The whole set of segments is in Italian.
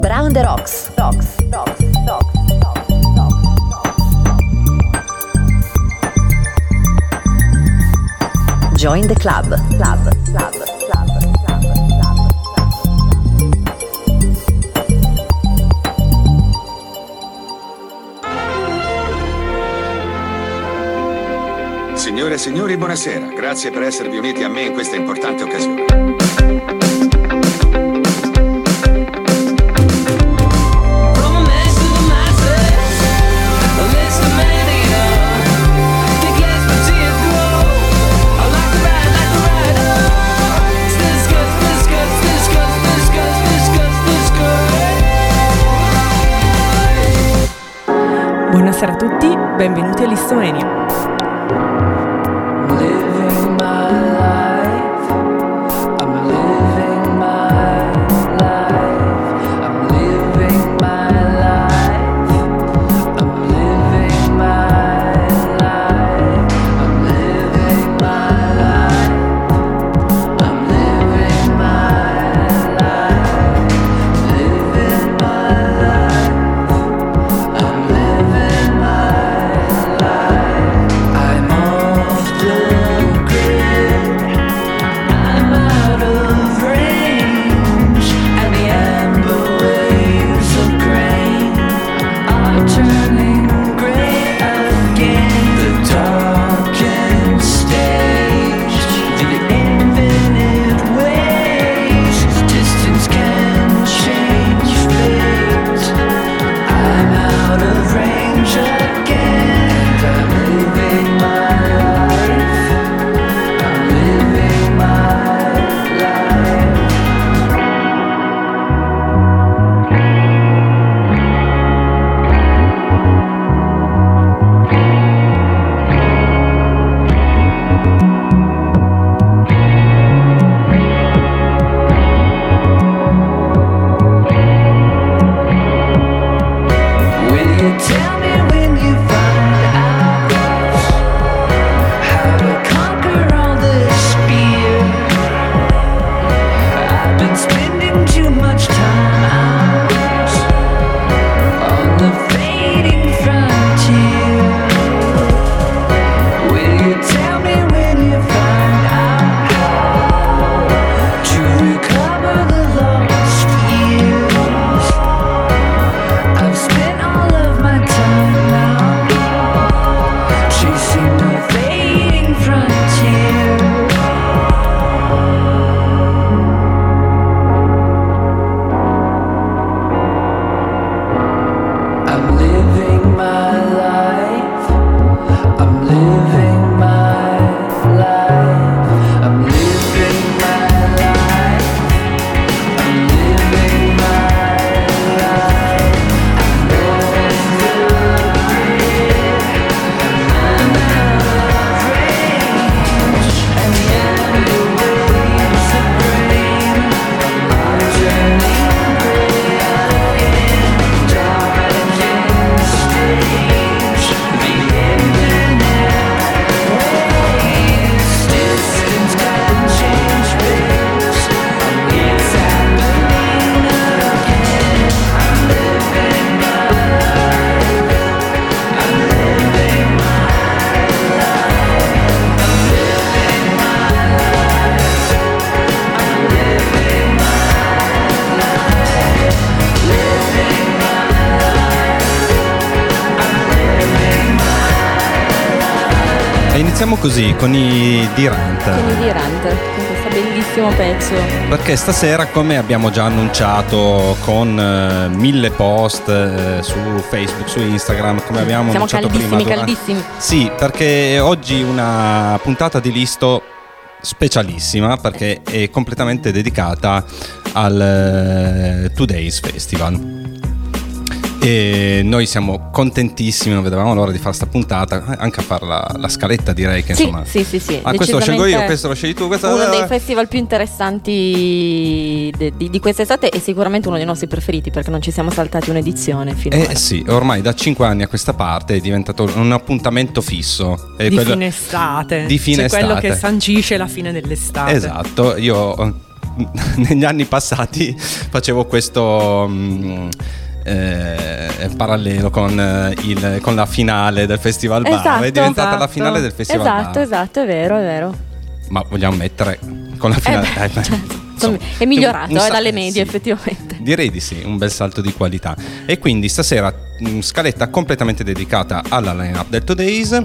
Brown the Rocks. Join the club. Signore e signori, buonasera. Grazie per esservi uniti a me in questa importante occasione. Buonasera a tutti, benvenuti all'Istomania. Iniziamo così con i Dirant. Con questo bellissimo pezzo. Perché stasera, come abbiamo già annunciato con 1000 post su Facebook, su Instagram, come abbiamo siamo annunciato caldissimi. Sì, perché oggi una puntata di Listo specialissima, perché è completamente dedicata al Today's Festival. E noi siamo contentissimi, non vedevamo l'ora di fare sta puntata, anche a fare la scaletta, direi che insomma. Sì. Questo lo scelgo io, questo lo scegli tu, questo uno dei festival più interessanti di quest'estate e sicuramente uno dei nostri preferiti, perché non ci siamo saltati un'edizione finora. Sì, ormai da 5 anni a questa parte è diventato un appuntamento fisso. Di fine estate. Di fine c'è estate. Quello che sancisce la fine dell'estate. Esatto, io negli anni passati facevo questo parallelo con la finale del Festival Bar. Esatto, è diventata la finale del Festival Bar. Esatto, è vero. Ma vogliamo mettere con la finale? Certo. È migliorato dalle medie, sì, effettivamente. Direi di sì, un bel salto di qualità. E quindi stasera scaletta completamente dedicata alla line-up del Today's.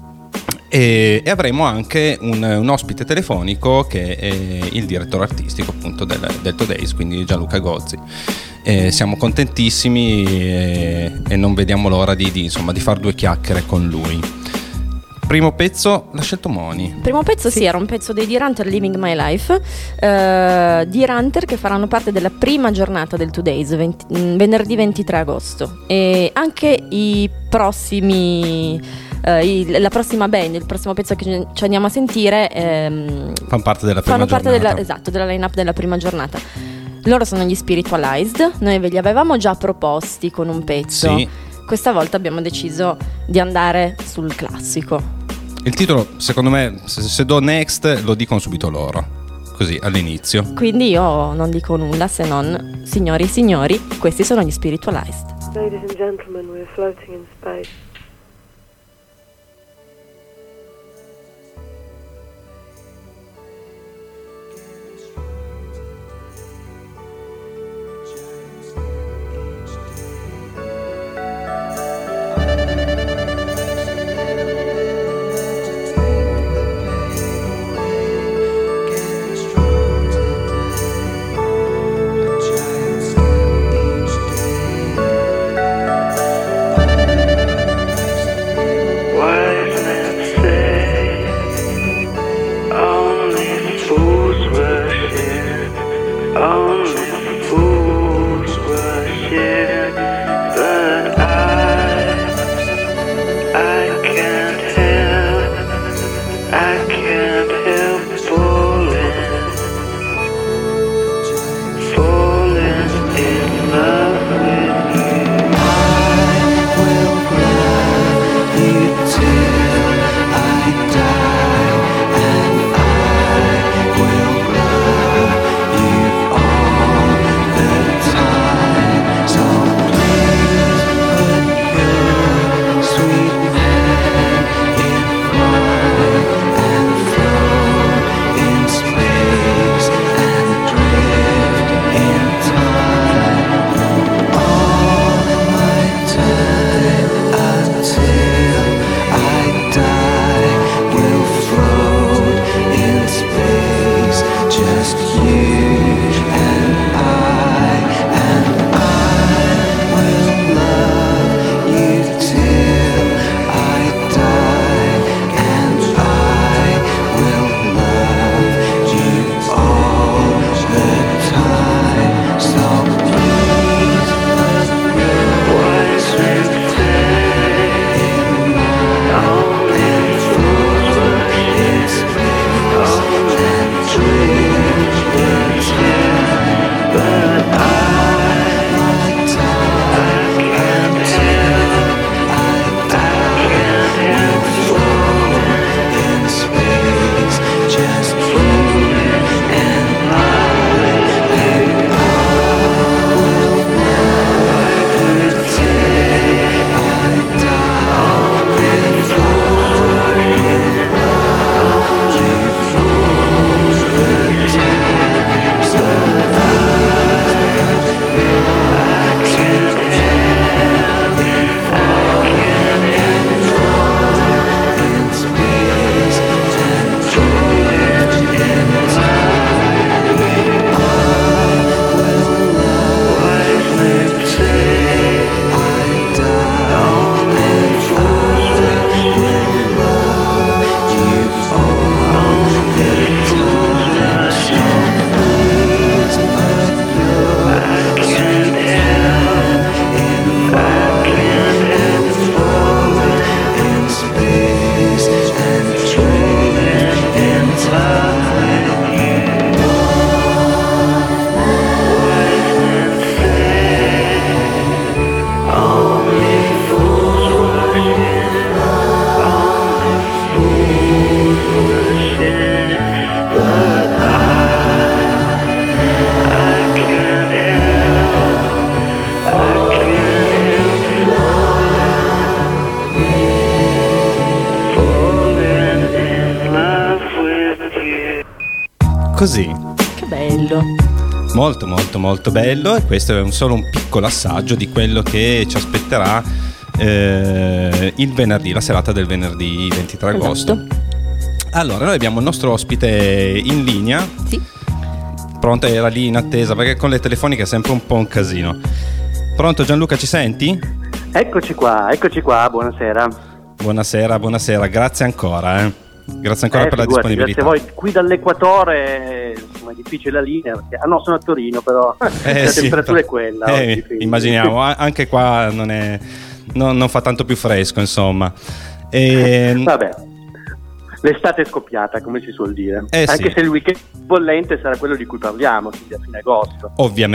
E avremo anche un ospite telefonico che è il direttore artistico appunto del Today's, quindi Gianluca Gozzi. Siamo contentissimi e non vediamo l'ora di far due chiacchiere con lui. Primo pezzo l'ha scelto Moni. Primo pezzo sì, era un pezzo dei Dear Hunter, Living My Life. Dear Hunter che faranno parte della prima giornata del Today's, venerdì 23 agosto. E anche i prossimi... la prossima band, il prossimo pezzo che ci andiamo a sentire fanno parte della prima giornata. Esatto, della line-up della prima giornata. Loro sono gli Spiritualized. Noi ve li avevamo già proposti con un pezzo. Sì. Questa volta abbiamo deciso di andare sul classico. Il titolo, secondo me, se do next lo dicono subito loro, così all'inizio. Quindi io non dico nulla se non: signori e signori, questi sono gli Spiritualized. Ladies and gentlemen, we're floating in space. So così. Che bello. Molto molto molto bello, e questo è solo un piccolo assaggio di quello che ci aspetterà il venerdì, la serata del venerdì 23 agosto. Esatto. Allora, noi abbiamo il nostro ospite in linea. Sì. Pronto, era lì in attesa perché con le telefoniche è sempre un po' un casino. Pronto Gianluca, ci senti? Eccoci qua, buonasera. Buonasera, grazie ancora. Grazie ancora per la disponibilità. Grazie a voi. Qui dall'equatore insomma, è difficile la linea perché sono a Torino, però la temperatura è quella oggi, immaginiamo, anche qua non fa tanto più fresco, insomma. Vabbè, l'estate è scoppiata, come si suol dire. Anche se il weekend bollente sarà quello di cui parliamo, quindi a fine agosto.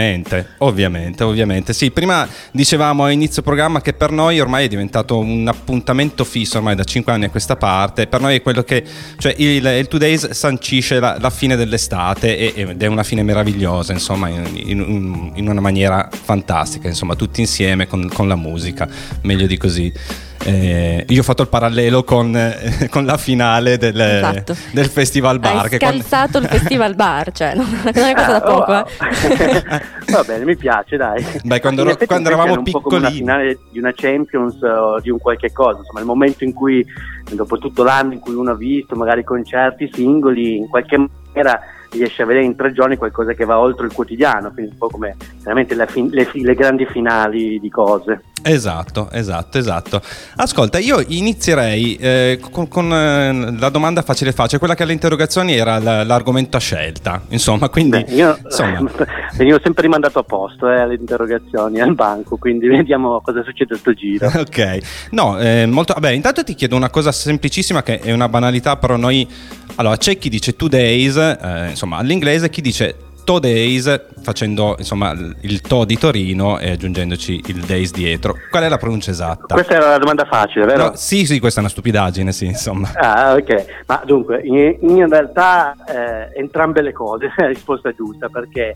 Ovviamente. Sì, prima dicevamo a inizio programma che per noi ormai è diventato un appuntamento fisso ormai da 5 anni a questa parte. Per noi è quello che, cioè il 2 Days sancisce la fine dell'estate ed è una fine meravigliosa, insomma, in una maniera fantastica, insomma, tutti insieme con la musica, meglio di così. Io ho fatto il parallelo con la finale Esatto. del Festival Bar. Hai scalzato il Festival Bar, cioè non è cosa da poco. Wow. Va bene, mi piace, dai. Beh, quando eravamo un po' come una finale di una Champions o di un qualche cosa, insomma, il momento in cui dopo tutto l'anno in cui uno ha visto magari concerti singoli, in qualche maniera riesce a vedere in 3 giorni qualcosa che va oltre il quotidiano, quindi un po' come veramente le grandi finali di cose. Esatto. Ascolta, io inizierei con la domanda facile, quella che alle interrogazioni era l'argomento a scelta, insomma, quindi venivo sempre rimandato a posto alle interrogazioni al banco, quindi vediamo cosa succede a sto giro. Ok, intanto ti chiedo una cosa semplicissima che è una banalità, però allora c'è chi dice 2 days, insomma all'inglese, chi dice To Days, facendo insomma il To di Torino e aggiungendoci il Days dietro. Qual è la pronuncia esatta? Questa era la domanda facile, vero? No, sì, questa è una stupidaggine, sì, insomma. Ok, ma dunque in realtà entrambe le cose è la risposta giusta, perché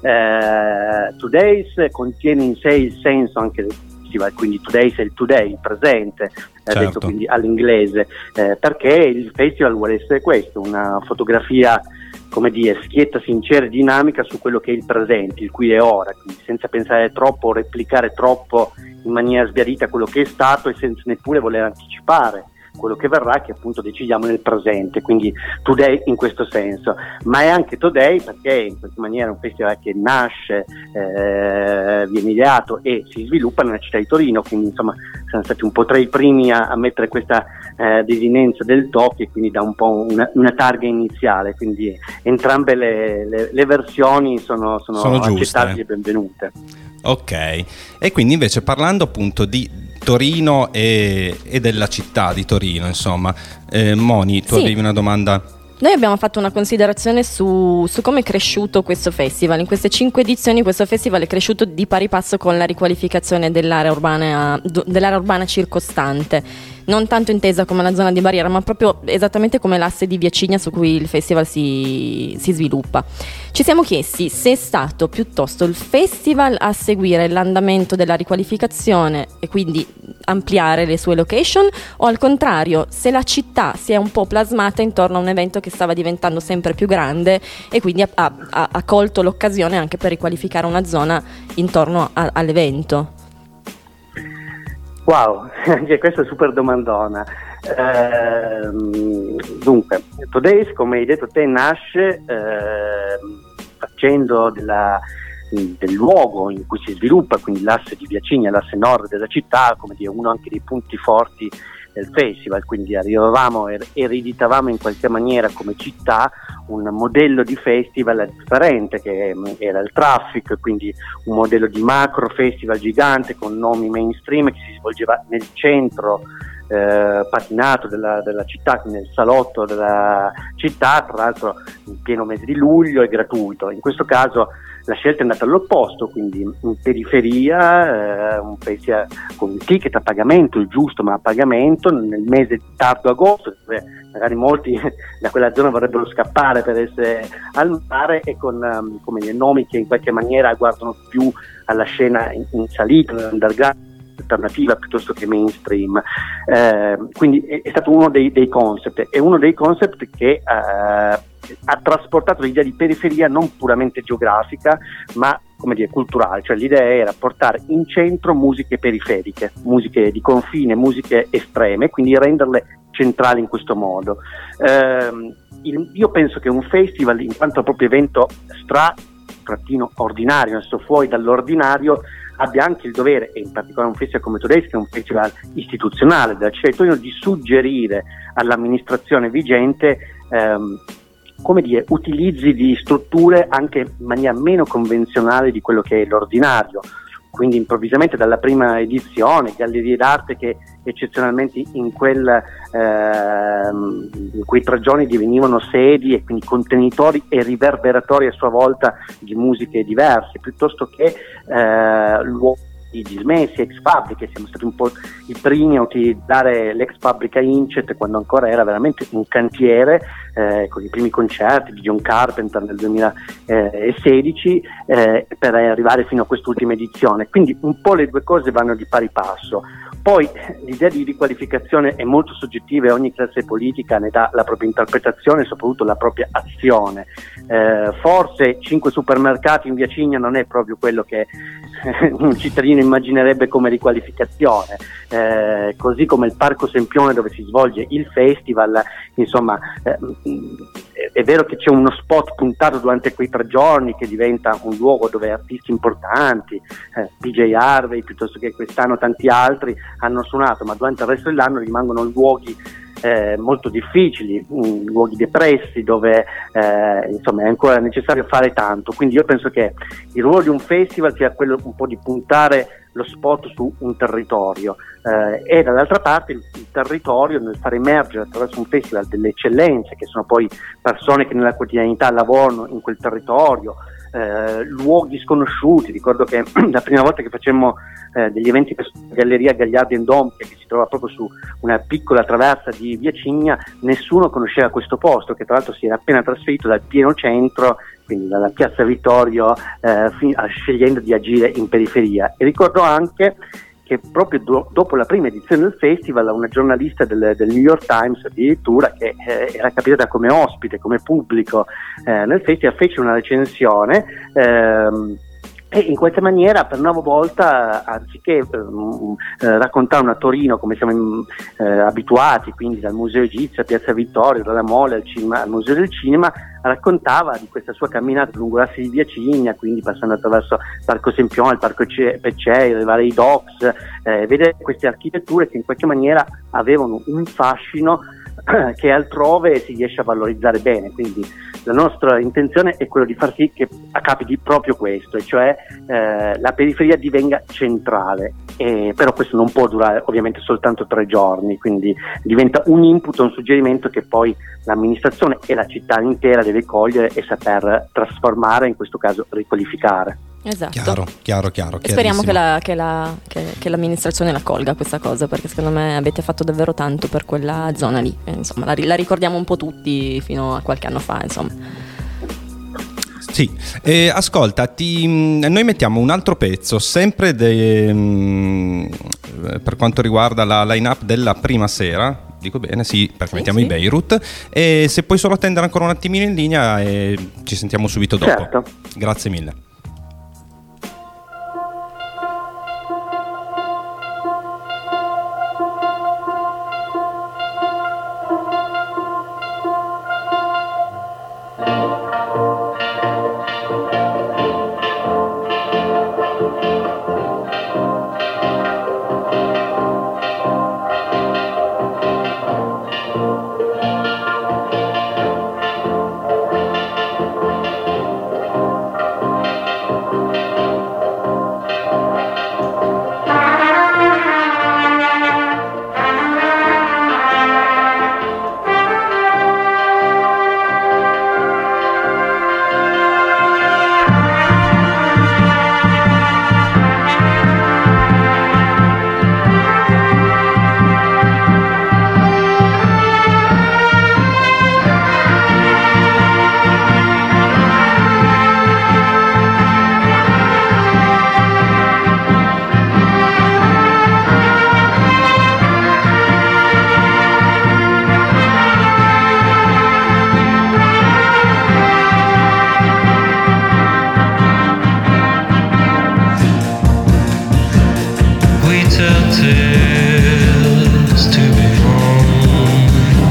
2 Days contiene in sé il senso anche del festival, quindi Today è il today, il presente, certo. Detto quindi all'inglese, perché il festival vuole essere questo, una fotografia, come dire, schietta, sincera e dinamica su quello che è il presente, il qui e ora, quindi senza pensare troppo o replicare troppo in maniera sbiadita quello che è stato e senza neppure voler anticipare quello che verrà, che appunto decidiamo nel presente, quindi today in questo senso, ma è anche today perché in questa maniera è un festival che nasce, viene ideato e si sviluppa nella città di Torino, quindi insomma siamo stati un po' tra i primi a mettere questa desinenza del TOC e quindi dà un po' una targa iniziale, quindi entrambe le versioni sono accettabili e benvenute. Ok, e quindi invece parlando appunto di Torino e della città di Torino, insomma, Moni, tu avevi una domanda? Noi abbiamo fatto una considerazione su come è cresciuto questo festival. In queste 5 edizioni questo festival è cresciuto di pari passo con la riqualificazione dell'area urbana circostante, non tanto intesa come la zona di barriera, ma proprio esattamente come l'asse di Via Cigna su cui il festival si sviluppa. Ci siamo chiesti se è stato piuttosto il festival a seguire l'andamento della riqualificazione e quindi ampliare le sue location, o al contrario se la città si è un po' plasmata intorno a un evento che stava diventando sempre più grande e quindi ha colto l'occasione anche per riqualificare una zona intorno all'evento. Wow, anche questa è super domandona. Dunque, Today's, come hai detto te, nasce facendo del luogo in cui si sviluppa, quindi l'asse di Via Cigna, l'asse nord della città, come dire, uno anche dei punti forti del festival, quindi arrivavamo e ereditavamo in qualche maniera come città un modello di festival differente che era il Traffic, quindi un modello di macro festival gigante con nomi mainstream che si svolgeva nel centro patinato della città, quindi nel salotto della città, tra l'altro in pieno mese di luglio e gratuito. In questo caso la scelta è andata all'opposto, quindi in periferia, un festival con un ticket a pagamento, il giusto ma a pagamento, nel mese di tardo agosto, dove magari molti da quella zona vorrebbero scappare per essere al mare, e con nomi che in qualche maniera guardano più alla scena in salita, underground, alternativa piuttosto che mainstream. Quindi è stato uno dei concept, è uno dei concept che ha trasportato l'idea di periferia non puramente geografica, ma come dire culturale, cioè l'idea era portare in centro musiche periferiche, musiche di confine, musiche estreme, quindi renderle centrali in questo modo. Io penso che un festival, in quanto proprio evento ordinario, adesso fuori dall'ordinario, abbia anche il dovere, e in particolare un festival come Today's, che è un festival istituzionale della città di Torino, di suggerire all'amministrazione vigente come dire, utilizzi di strutture anche in maniera meno convenzionale di quello che è l'ordinario. Quindi improvvisamente dalla prima edizione, gallerie d'arte che eccezionalmente in quei 3 giorni divenivano sedi e quindi contenitori e riverberatori a sua volta di musiche diverse, piuttosto che luoghi dismessi, ex fabbriche. Siamo stati un po' i primi a utilizzare l'ex fabbrica Incet quando ancora era veramente un cantiere, con i primi concerti di John Carpenter nel 2016, per arrivare fino a quest'ultima edizione. Quindi un po' le due cose vanno di pari passo. Poi l'idea di riqualificazione è molto soggettiva e ogni classe politica ne dà la propria interpretazione e soprattutto la propria azione. Forse 5 supermercati in Via Cigna non è proprio quello che un cittadino immaginerebbe come riqualificazione, così come il Parco Sempione dove si svolge il festival. Insomma, è vero che c'è uno spot puntato durante quei 3 giorni che diventa un luogo dove artisti importanti, PJ Harvey piuttosto che quest'anno tanti altri hanno suonato, ma durante il resto dell'anno rimangono luoghi molto difficili, luoghi depressi dove insomma è ancora necessario fare tanto. Quindi io penso che il ruolo di un festival sia quello un po' di puntare lo spot su un territorio, e dall'altra parte il territorio nel far emergere attraverso un festival delle eccellenze, che sono poi persone che nella quotidianità lavorano in quel territorio, luoghi sconosciuti. Ricordo che la prima volta che facemmo degli eventi per la Galleria Gagliardi Dompia, che si trova proprio su una piccola traversa di Via Cigna, nessuno conosceva questo posto, che tra l'altro si era appena trasferito dal pieno centro, quindi dalla piazza Vittorio, scegliendo di agire in periferia. E ricordo anche che proprio dopo la prima edizione del festival una giornalista del New York Times addirittura, che era capitata come ospite, come pubblico nel festival, fece una recensione e in questa maniera per una volta, anziché raccontare a Torino come siamo abituati, quindi dal Museo Egizio a Piazza Vittorio, dalla Mole al cinema, al Museo del Cinema, raccontava di questa sua camminata lungo l'asse di Via Cigna, quindi passando attraverso il Parco Sempione, il Parco Peccei, arrivare ai docks, vedere queste architetture che in qualche maniera avevano un fascino che altrove si riesce a valorizzare bene. Quindi la nostra intenzione è quella di far sì che capiti proprio questo, e cioè la periferia divenga centrale, però questo non può durare ovviamente soltanto 3 giorni, quindi diventa un input, un suggerimento che poi l'amministrazione e la città intera deve cogliere e saper trasformare, in questo caso riqualificare. Esatto. Chiaro. E speriamo che l'amministrazione la colga questa cosa, perché secondo me avete fatto davvero tanto per quella zona lì. Insomma, la ricordiamo un po' tutti fino a qualche anno fa, insomma. Sì, ascolta, noi mettiamo un altro pezzo, sempre per quanto riguarda la line-up della prima sera. Dico bene, sì, perché mettiamo i Beirut. E se puoi solo attendere ancora un attimino in linea e ci sentiamo subito dopo. Certo. Grazie mille. is to be home,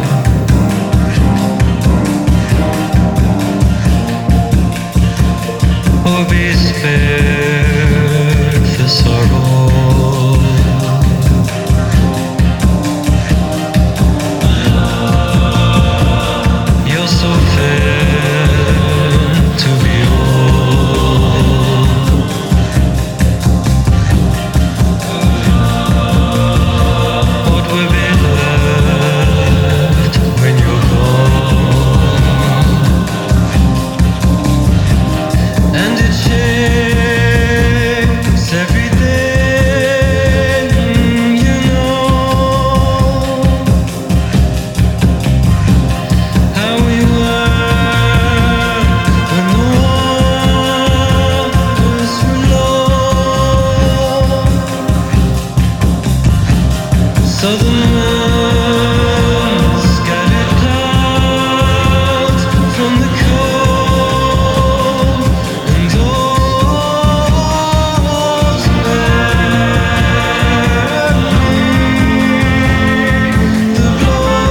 or be spared for sorrow. You're so fair to be old. What will be left when you're gone? And it shakes everything, you know, how we were when the waters were low. Southern winds scattered clouds from the cold, and those bearing the blow.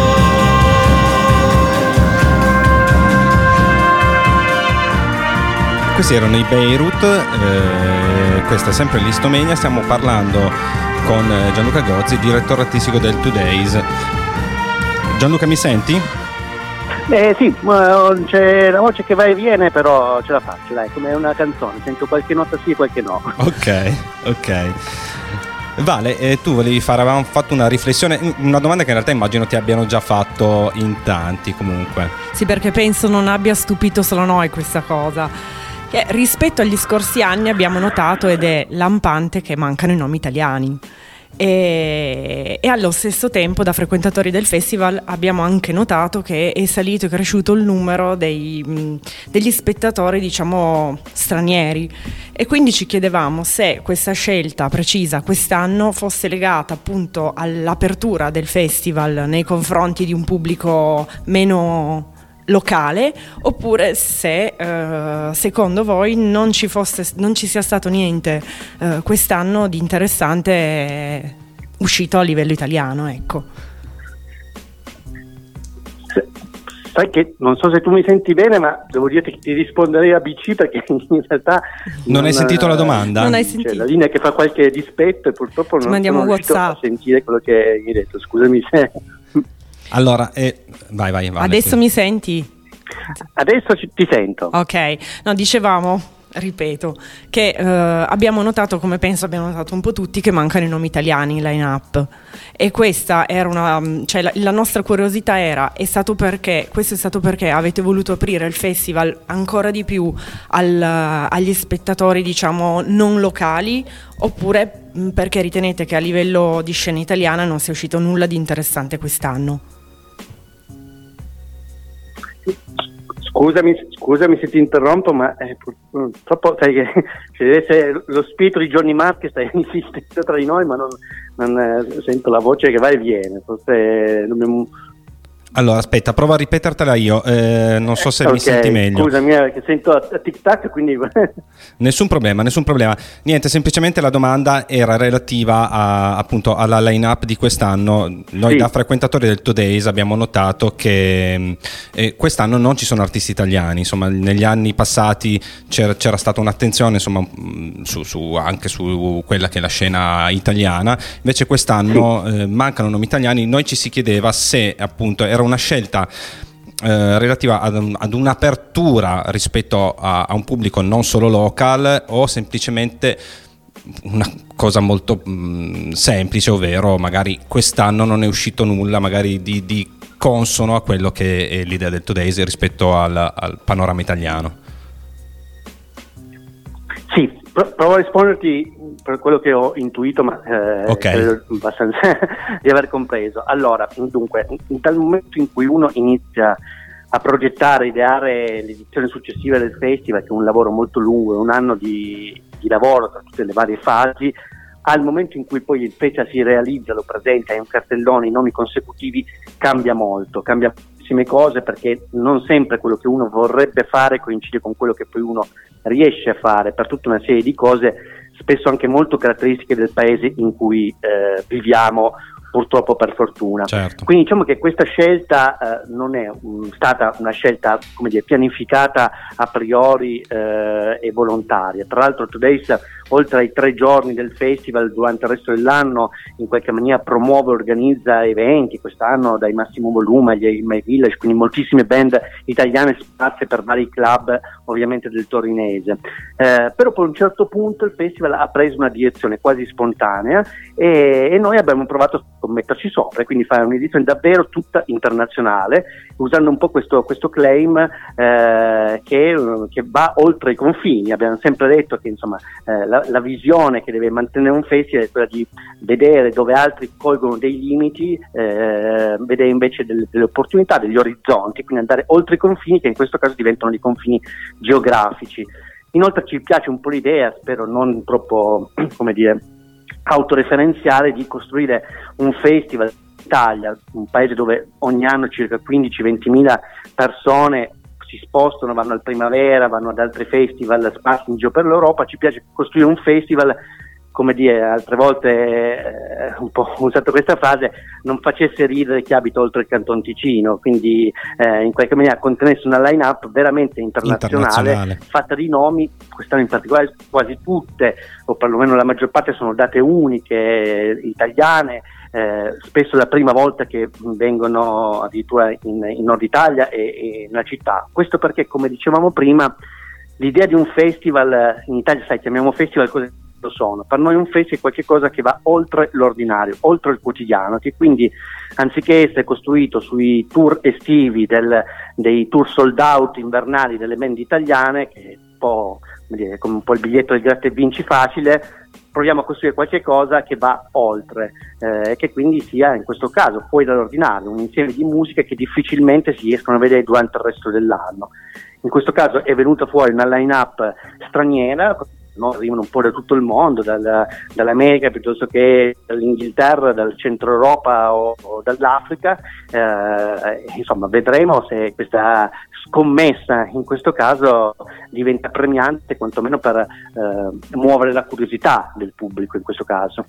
Questi erano i Beirut, questa è sempre l'Istomania, stiamo parlando con Gianluca Gozzi, direttore artistico del 2Days. Gianluca, mi senti? Sì, c'è la voce che va e viene, però ce la faccio, dai, come una canzone, sento qualche nota sì e qualche no. Ok. Vale, tu volevi fare, avevamo fatto una riflessione, una domanda che in realtà immagino ti abbiano già fatto in tanti comunque. Sì, perché penso non abbia stupito solo noi questa cosa. Che rispetto agli scorsi anni abbiamo notato, ed è lampante, che mancano i nomi italiani. E allo stesso tempo, da frequentatori del festival, abbiamo anche notato che è salito e cresciuto il numero degli spettatori, diciamo, stranieri, e quindi ci chiedevamo se questa scelta precisa quest'anno fosse legata appunto all'apertura del festival nei confronti di un pubblico meno locale, oppure se secondo voi non ci sia stato niente quest'anno di interessante uscito a livello italiano, ecco. Sai che non so se tu mi senti bene, ma devo dirti che ti risponderei a BC, perché in realtà non hai sentito la domanda? Non hai c'è sentito. la linea che fa qualche dispetto e purtroppo non sono riuscito a sentire quello che mi hai detto. Scusami se... Allora, vai. Adesso mi senti? Adesso ti sento. Ok, no, dicevamo, ripeto, che abbiamo notato, come penso abbiamo notato un po' tutti, che mancano i nomi italiani in line-up, e questa era la nostra curiosità questo è stato perché avete voluto aprire il festival ancora di più agli spettatori, diciamo, non locali, oppure perché ritenete che a livello di scena italiana non sia uscito nulla di interessante quest'anno? Scusami se ti interrompo, ma purtroppo sai che ci deve essere lo spirito di Johnny Marr che sta insistendo tra di noi, ma non sento la voce che va e viene. Forse dobbiamo... Allora, aspetta, provo a ripetertela io, non so se mi senti meglio. Scusami, che sento a tic-tac, quindi... Nessun problema. Niente, semplicemente la domanda era relativa appunto alla line-up di quest'anno. Noi sì, da frequentatori del 2Days abbiamo notato che quest'anno non ci sono artisti italiani. Insomma, negli anni passati c'era stata un'attenzione, insomma, anche su quella che è la scena italiana. Invece quest'anno mancano nomi italiani. Noi ci si chiedeva se appunto era una scelta relativa ad un'apertura rispetto a un pubblico non solo local, o semplicemente una cosa molto semplice, ovvero magari quest'anno non è uscito nulla magari di consono a quello che è l'idea del 2Days rispetto al panorama italiano. Sì, provo a risponderti per quello che ho intuito, ma credo abbastanza di aver compreso. Allora, dunque, dal momento in cui uno inizia a progettare, ideare l'edizione successiva del festival, che è un lavoro molto lungo, è un anno di lavoro tra tutte le varie fasi, al momento in cui poi il festival si realizza, lo presenta, è un cartellone, i nomi consecutivi, cambia molto, cambia moltissime cose, perché non sempre quello che uno vorrebbe fare coincide con quello che poi uno riesce a fare, per tutta una serie di cose spesso anche molto caratteristiche del paese in cui viviamo, purtroppo, per fortuna. Certo. Quindi diciamo che questa scelta non è stata una scelta, come dire, pianificata a priori e volontaria. Tra l'altro Today's, oltre ai 3 giorni del festival, durante il resto dell'anno in qualche maniera promuove e organizza eventi, quest'anno dai Massimo Volume agli My Village, quindi moltissime band italiane sparse per vari club ovviamente del torinese. Però poi a un certo punto il festival ha preso una direzione quasi spontanea e noi abbiamo provato a metterci sopra e quindi fare un'edizione davvero tutta internazionale, usando un po' questo claim che va oltre i confini. Abbiamo sempre detto che insomma la visione che deve mantenere un festival è quella di vedere dove altri colgono dei limiti, vedere invece delle opportunità, degli orizzonti, quindi andare oltre i confini, che in questo caso diventano dei confini geografici. Inoltre ci piace un po' l'idea, spero non troppo, come dire, autoreferenziale, di costruire un festival in Italia, un paese dove ogni anno circa 15-20 mila persone si spostano, vanno al Primavera, vanno ad altri festival sparsi in giro per l'Europa. Ci piace costruire un festival, come dire, altre volte un po' ho usato questa frase, non facesse ridere chi abita oltre il Canton Ticino, quindi in qualche maniera contenesse una line-up veramente internazionale, fatta di nomi. Quest'anno in particolare quasi tutte, o perlomeno la maggior parte, sono date uniche, italiane, spesso la prima volta che vengono addirittura in Nord Italia e nella città. Questo perché, come dicevamo prima, l'idea di un festival in Italia, sai, chiamiamo festival cosa sono. Per noi un festival è qualcosa che va oltre l'ordinario, oltre il quotidiano, che quindi, anziché essere costruito sui tour estivi dei tour sold out invernali delle band italiane, che è un po', come dire, come un po' il biglietto del gratta e vinci facile, proviamo a costruire qualche cosa che va oltre, che quindi sia, in questo caso, fuori dall'ordinario, un insieme di musiche che difficilmente si riescono a vedere durante il resto dell'anno. In questo caso è venuta fuori una line-up straniera, no? Arrivano un po' da tutto il mondo, dall'America piuttosto che dall'Inghilterra, dal centro Europa o dall'Africa. Insomma, vedremo se questa scommessa in questo caso diventa premiante, quantomeno per muovere la curiosità del pubblico in questo caso.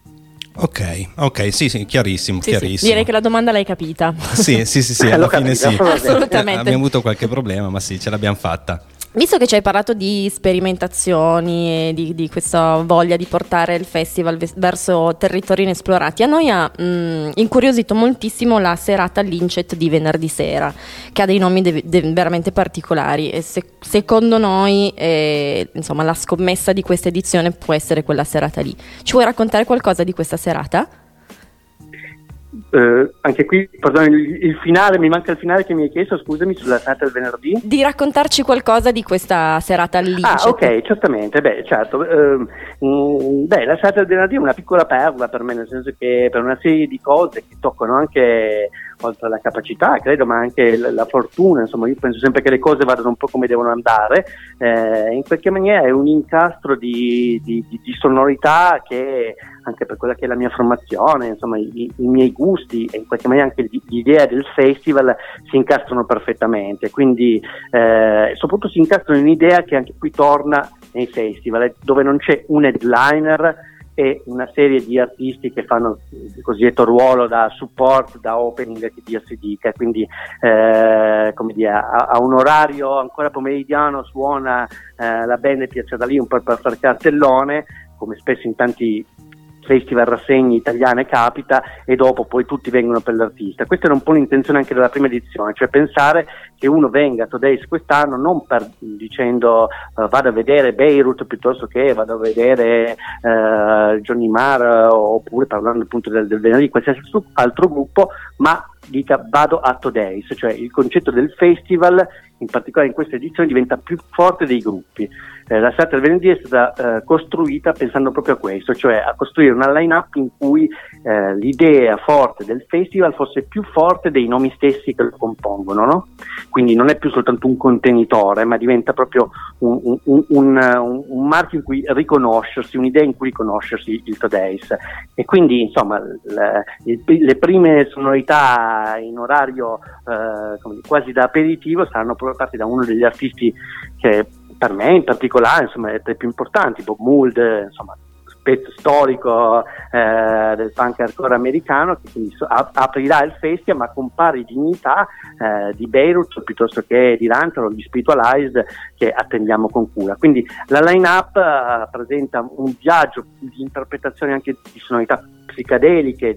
Ok, sì, chiarissimo, Sì, chiarissimo. sì, direi che la domanda l'hai capita. Sì, alla fine sì. Assolutamente. Abbiamo avuto qualche problema, ma sì, ce l'abbiamo fatta. Visto che ci hai parlato di sperimentazioni e di questa voglia di portare il festival verso territori inesplorati, a noi ha incuriosito moltissimo la serata Lincet di venerdì sera, che ha dei nomi veramente particolari, e secondo noi insomma, la scommessa di questa edizione può essere quella serata lì. Ci vuoi raccontare qualcosa di questa serata? Anche qui, perdone, il finale, mi manca il finale che mi hai chiesto, scusami, sulla serata del venerdì. Di raccontarci qualcosa di questa serata all'Incet. Ok, certamente, certo. La serata del venerdì è una piccola perla per me, nel senso che per una serie di cose che toccano anche, oltre alla capacità, credo, ma anche la fortuna, insomma, io penso sempre che le cose vadano un po' come devono andare, in qualche maniera è un incastro di sonorità che, anche per quella che è la mia formazione, insomma, i miei gusti e in qualche maniera anche l'idea del festival si incastrano perfettamente, quindi soprattutto si incastrano in un'idea che anche qui torna nei festival, dove non c'è un headliner e una serie di artisti che fanno il cosiddetto ruolo da support, da opening, che dir si dica, quindi come dire, a un orario ancora pomeridiano suona la band e piazza da lì un po' per far cartellone, come spesso in tanti festival, rassegne italiane capita, e dopo poi tutti vengono per l'artista. Questa era un po' l'intenzione anche della prima edizione, cioè pensare che uno venga a Today's quest'anno non dicendo vado a vedere Beirut piuttosto che vado a vedere Johnny Marr, oppure parlando appunto del venerdì, qualsiasi altro gruppo, ma dica vado a Today's, cioè il concetto del festival, in particolare in questa edizione, diventa più forte dei gruppi. La serata del venerdì è stata costruita pensando proprio a questo, cioè a costruire una line-up in cui l'idea forte del festival fosse più forte dei nomi stessi che lo compongono, no? Quindi non è più soltanto un contenitore, ma diventa proprio un marchio in cui riconoscersi, un'idea in cui riconoscersi il Today's. E quindi, insomma, le prime sonorità in orario quasi da aperitivo saranno proprio parte da uno degli artisti che per me in particolare, insomma, è tra i più importanti. Bob Mould, insomma, pezzo storico del punk hardcore americano, che quindi aprirà il festival, ma con pari dignità di Beirut piuttosto che di Ranter o di Spiritualized, che attendiamo con cura. Quindi la line-up presenta un viaggio di interpretazioni anche di sonorità psichedeliche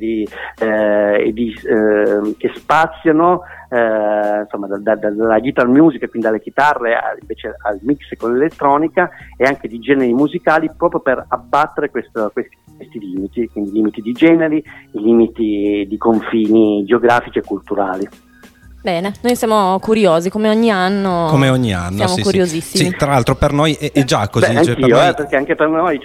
che spaziano insomma dalla guitar music, quindi dalle chitarre invece al mix con l'elettronica, e anche di generi musicali, proprio per abbattere questi limiti, quindi i limiti di generi, i limiti di confini geografici e culturali. Bene, noi siamo curiosi, come ogni anno. Siamo curiosissimi. Sì, tra l'altro per noi è già così. Beh, cioè, anch'io, perché anche per noi,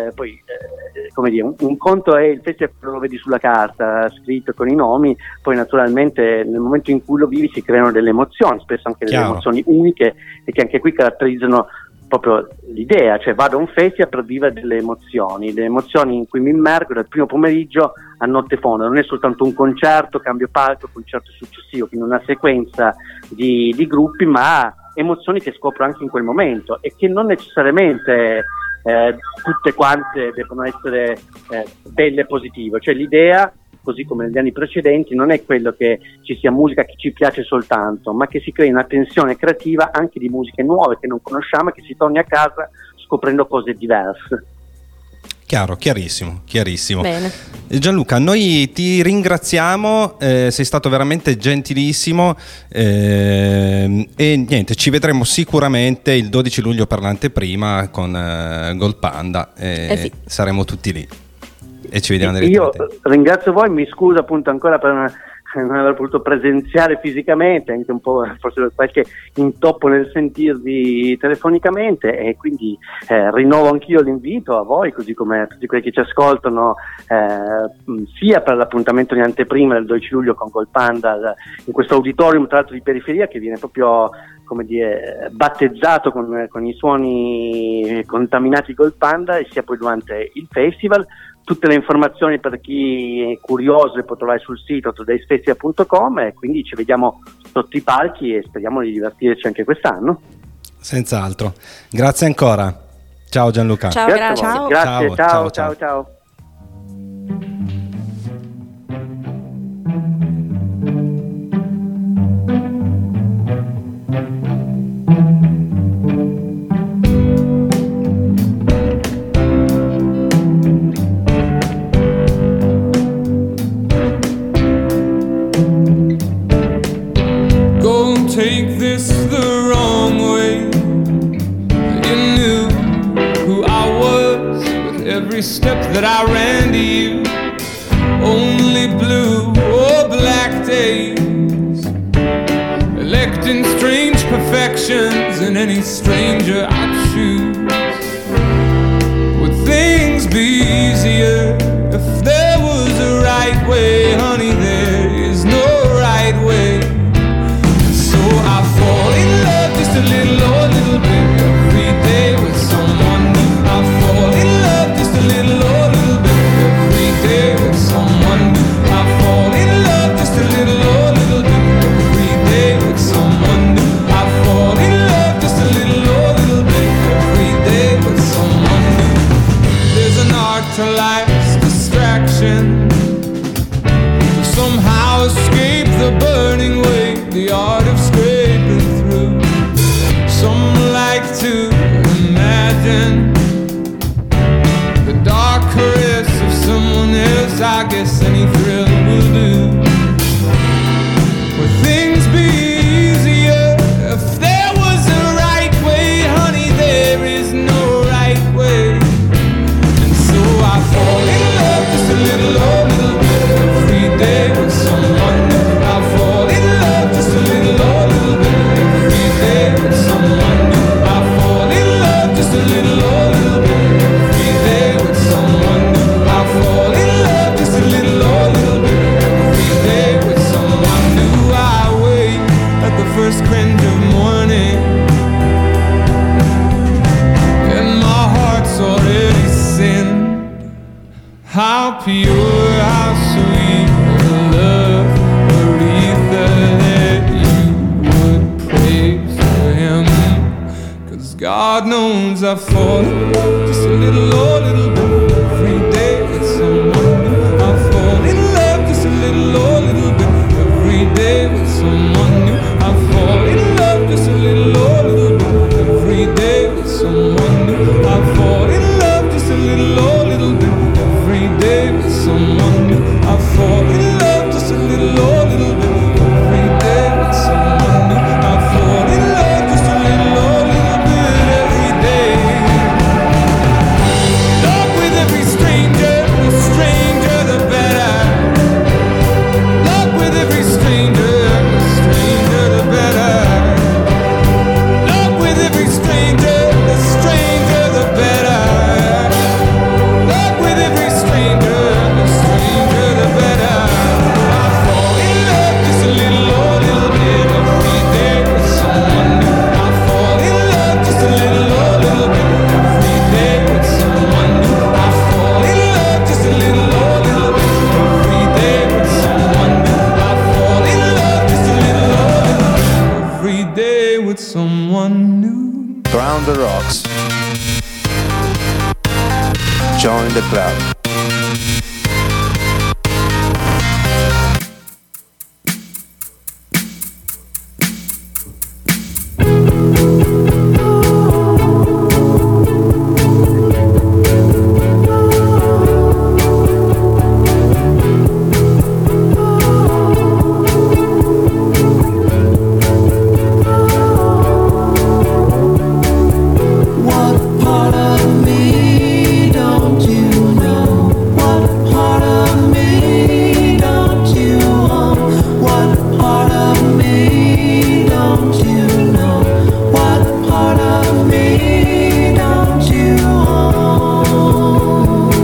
come dire, un conto è il festival, lo vedi sulla carta, scritto con i nomi, poi naturalmente nel momento in cui lo vivi si creano delle emozioni, spesso anche delle emozioni uniche, e che anche qui caratterizzano proprio l'idea, cioè vado a un festival per vivere delle emozioni in cui mi immergo dal primo pomeriggio a notte fonda. Non è soltanto un concerto, cambio palco, concerto successivo, quindi una sequenza di gruppi, ma emozioni che scopro anche in quel momento, e che non necessariamente tutte quante devono essere belle e positive. Cioè l'idea, così come negli anni precedenti, non è quello che ci sia musica che ci piace soltanto, ma che si crei una tensione creativa anche di musiche nuove che non conosciamo, e che si torni a casa scoprendo cose diverse. Chiaro, chiarissimo. Bene. Gianluca, noi ti ringraziamo, sei stato veramente gentilissimo, e niente, ci vedremo sicuramente il 12 luglio per l'anteprima con Gold Panda, sì. Saremo tutti lì e ci vediamo Io ringrazio voi, mi scuso appunto ancora per non aver potuto presenziare fisicamente, anche un po' forse per qualche intoppo nel sentirvi telefonicamente, e quindi rinnovo anch'io l'invito a voi, così come a tutti quelli che ci ascoltano, sia per l'appuntamento di anteprima del 12 luglio con Gold Panda in questo auditorium, tra l'altro di periferia, che viene proprio, come dire, battezzato con i suoni contaminati Gold Panda, e sia poi durante il festival. Tutte le informazioni per chi è curioso le può trovare sul sito todaysfestival.com, e quindi ci vediamo sotto i palchi e speriamo di divertirci anche quest'anno. Senz'altro. Grazie ancora. Ciao Gianluca. Ciao, grazie. Ciao. Take this the wrong way. You knew who I was with every step that I ran to you. Only blue or black days, electing strange perfections in any stranger I choose. Would things be easier if there was a right way? Honey, there is no right way. I fall in love just a little bit every day with someone new. I fall in love just a little bit every day with someone new. I fall in love just a little bit every day with someone new. I fall in love just a little bit every day with someone new. There's an art to life's distraction, to somehow escape the burning weight, the art of scraping through. Some like to imagine the dark caress of someone else. I guess any thrill will do. Would things be easier if there was a right way? Honey, there is no right way. And so I fall in love just a little bit every day with someone new. I fall in love just a little bit every day with someone new. I fall in love just a little bit every day with someone new. I fall in love just a little bit every day with someone new. I wait at the first cringe of morning, and my heart's already sinned. How pure, how sweet the love Aretha that you would pray for him. 'Cause God God knows I fall in love just a little, oh, little bit every day with someone new. I fall in love just a little, oh, little bit every day with someone new. I fall in love just a little, oh, little bit every day with someone new. I fall in love just a little, oh, little bit every day with someone new. I fall in love just a little, oh, little bit every day with someone new. I fall in love just a little, oh, little bit every day. Love with every stranger, the stranger the better. Love with every stranger, the stranger the better. Love with every stranger, the stranger the better. Love with every stranger, the stranger the better. I fall in love just a little, oh, little bit every day with someone new. I fall in love just a little, oh, little bit every day with someone new. I fall in love just a little, oh, little bit every day with someone new. I fall in love just a little, oh, little bit every day with someone new. Round the rocks. Join the club. What part of me don't you know? What part of me don't you own? What part of me don't you know? What part of me don't you own?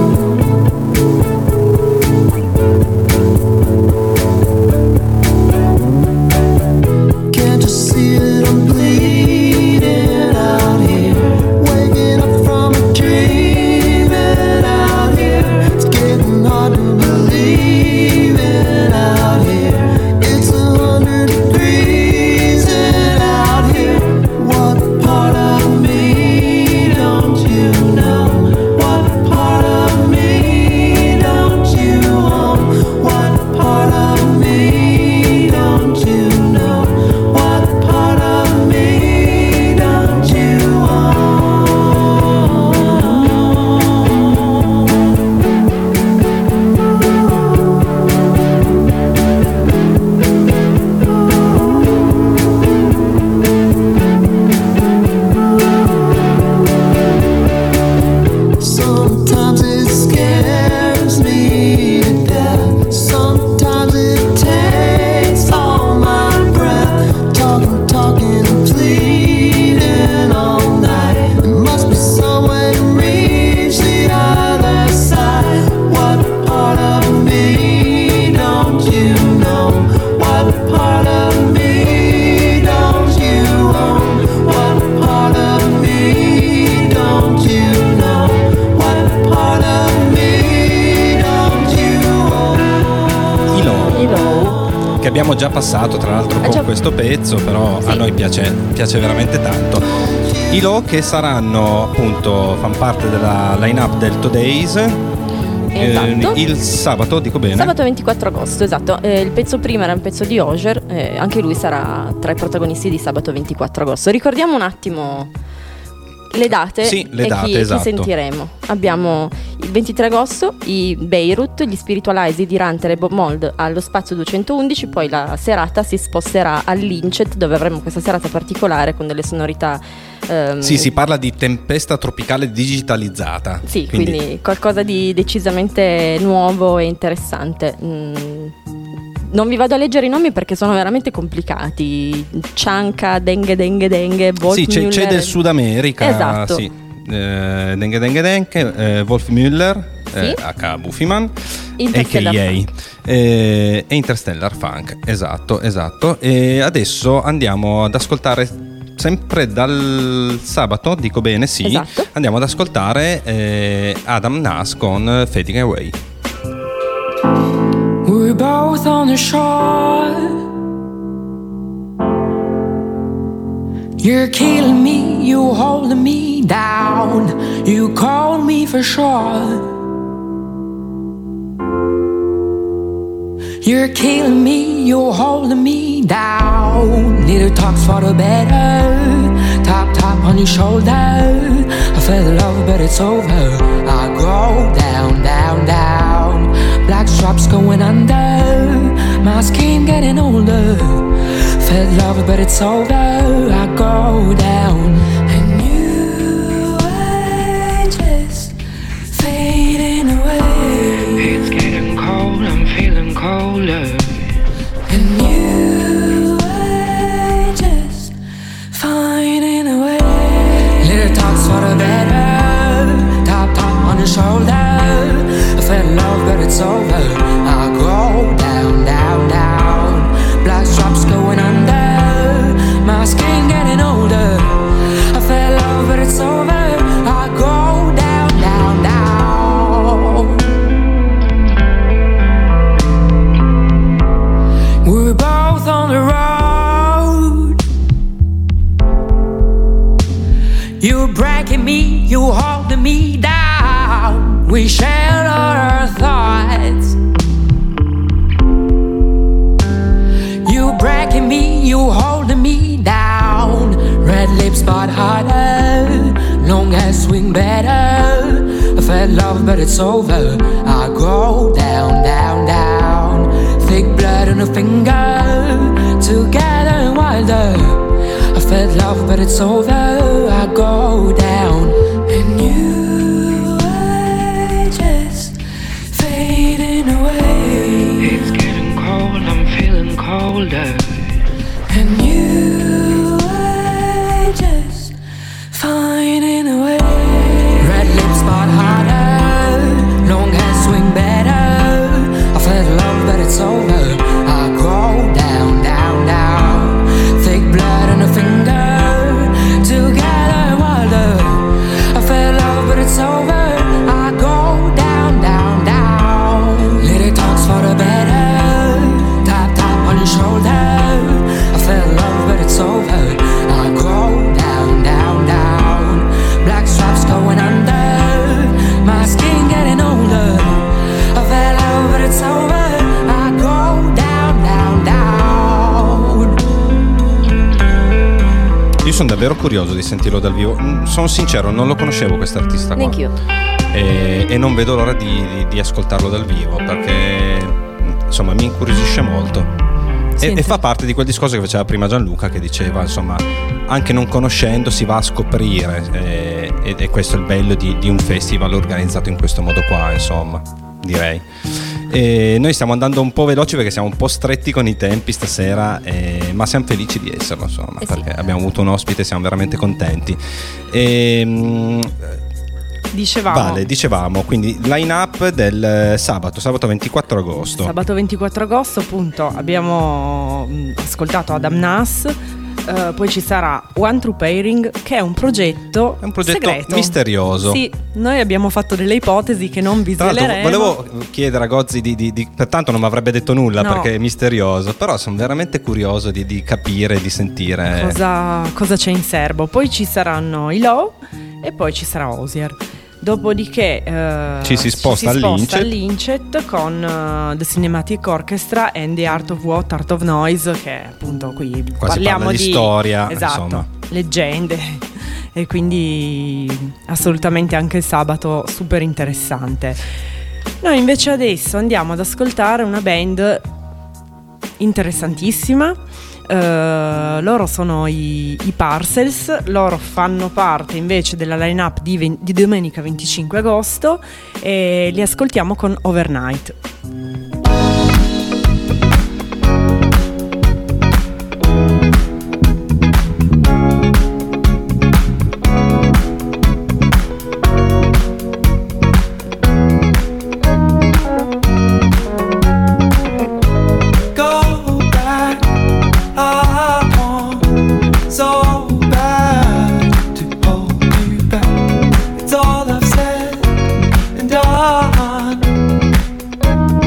Can't you see that I'm bleeding out here? Waking up from a dream and out here. It's getting hard to believe it out here. It's 100 degrees and out here. What part of me don't you know? What part of me don't you own? What part of me don't you know? What part of me don't you own? Sometimes it scares me to death. Sometimes it takes all my breath. Talking, pleading all night. There must be some way to reach the other side. What part of me don't you know? What part of me don't you own? What part of me don't you know? What part of me don't you own? I Low, che abbiamo già passato tra l'altro con già- questo pezzo, però Sì. a noi piace veramente tanto. I Low che saranno appunto, fan parte della line-up del Today's Esatto. il sabato, dico bene? Sabato 24 agosto, esatto. Il pezzo prima era un pezzo di Oger, anche lui sarà tra i protagonisti di sabato 24 agosto. Ricordiamo un attimo le date, Sì, le e date, chi esatto. sentiremo. Abbiamo il 23 agosto i Beirut, gli Spiritualize di Ranter e Bob Mold allo Spazio 211, poi la serata si sposterà all'Incet, dove avremo questa serata particolare con delle sonorità Sì, si parla di tempesta tropicale digitalizzata. sì, quindi qualcosa di decisamente nuovo e interessante. Non vi vado a leggere i nomi perché sono veramente complicati. Cianca, Dengue, Wolf sì, c'è Müller. del Sud America. Esatto. Sì. Dengue, Wolf Müller, Sì. H. Buffyman, Interstellar a.k.a. Funk. E Interstellar Funk. Esatto. E adesso andiamo ad ascoltare, sempre dal sabato, dico bene, sì. Esatto. Andiamo ad ascoltare Adam Nas con Fading Away. We're both on the shore, You're killing me, you holding me down. You call me for sure. You're killing me, you're holding me down. Little talks for the better. Tap, tap on your shoulder. I feel the love, but it's over. I go down, down, down. Black straps going under. My skin getting older. Feel the love, but it's over. I go down. And you are just fading away. It's getting cold, I'm feeling colder. And you are just finding a way. Little talks for the better. Tap, tap on your shoulder. I feel love, but it's over. I go down, down, down. Black straps going under. My skin getting older. I feel love, but it's over. I go down, down, down. We're both on the road. You're breaking me, you holding me down. We share our thoughts. You breaking me, you holding me down. Red lips but harder, long hair swing better. I felt love but it's over. I go down, down, down. Thick blood on a finger, together and wilder. I felt love but it's over. I go down. And you are just fading away. It's getting cold, I'm feeling colder. And you are just finding a way. Red lips but harder, long hair swing better. I felt love but it's over. I go down, down, down. Thick blood on a finger, together wilder. I felt love but it's over. I go down, down, down. Little talks for the better. Tap, tap on your shoulder. I felt love but it's over. I go down, down, down. Black straps going under. My skin getting older. I felt love but it's over. I go down, down, down. Io sono davvero curioso di sentirlo dal vivo. Sono sincero, non lo conoscevo quest'artista qua. Neanch'io. E non vedo l'ora di ascoltarlo dal vivo, perché insomma mi incuriosisce molto. E fa parte di quel discorso che faceva prima Gianluca, che diceva insomma anche non conoscendo si va a scoprire, e questo è il bello di un festival organizzato in questo modo qua, insomma, direi. E noi stiamo andando un po' veloci perché siamo un po' stretti con i tempi stasera, ma siamo felici di esserlo, insomma, perché abbiamo avuto un ospite e siamo veramente contenti. Dicevamo, quindi line up del sabato 24 agosto. Sabato 24 agosto, appunto, abbiamo ascoltato Adam Nas. Poi ci sarà One True Pairing, che è un progetto segreto, misterioso. Sì, noi abbiamo fatto delle ipotesi che non vi sveleremo. Volevo chiedere a Gozzi pertanto non mi avrebbe detto nulla, no, perché è misterioso, però sono veramente curioso di capire, di sentire cosa c'è in serbo. Poi ci saranno i Low e poi ci sarà Osier. Dopodiché ci si sposta all'Incet con The Cinematic Orchestra and The Art of What, Art of Noise, che appunto qui qua parliamo di storia, esatto, insomma, leggende, e quindi assolutamente anche il sabato super interessante. Noi invece adesso andiamo ad ascoltare una band interessantissima. Loro sono i Parcels. Loro fanno parte invece della line-up di domenica 25 agosto e li ascoltiamo con Overnight. All I've said and done.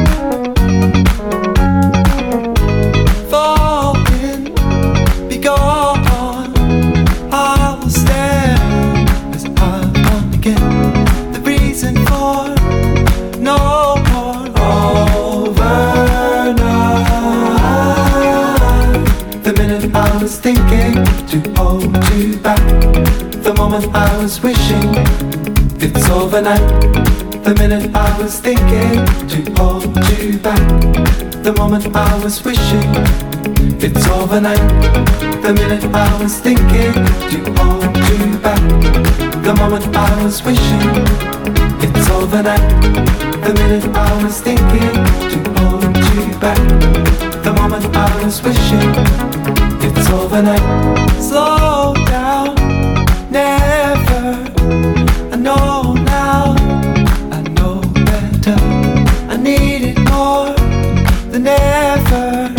to hold you back. The moment I was wishing it's overnight. The minute I was thinking to hold you back. The moment I was wishing it's overnight. The minute I was thinking to hold you back. The moment I was wishing it's overnight. The minute I was thinking to hold you back. The moment I was wishing it's overnight. Slow down, never. I know now, I know better. I need it more than ever.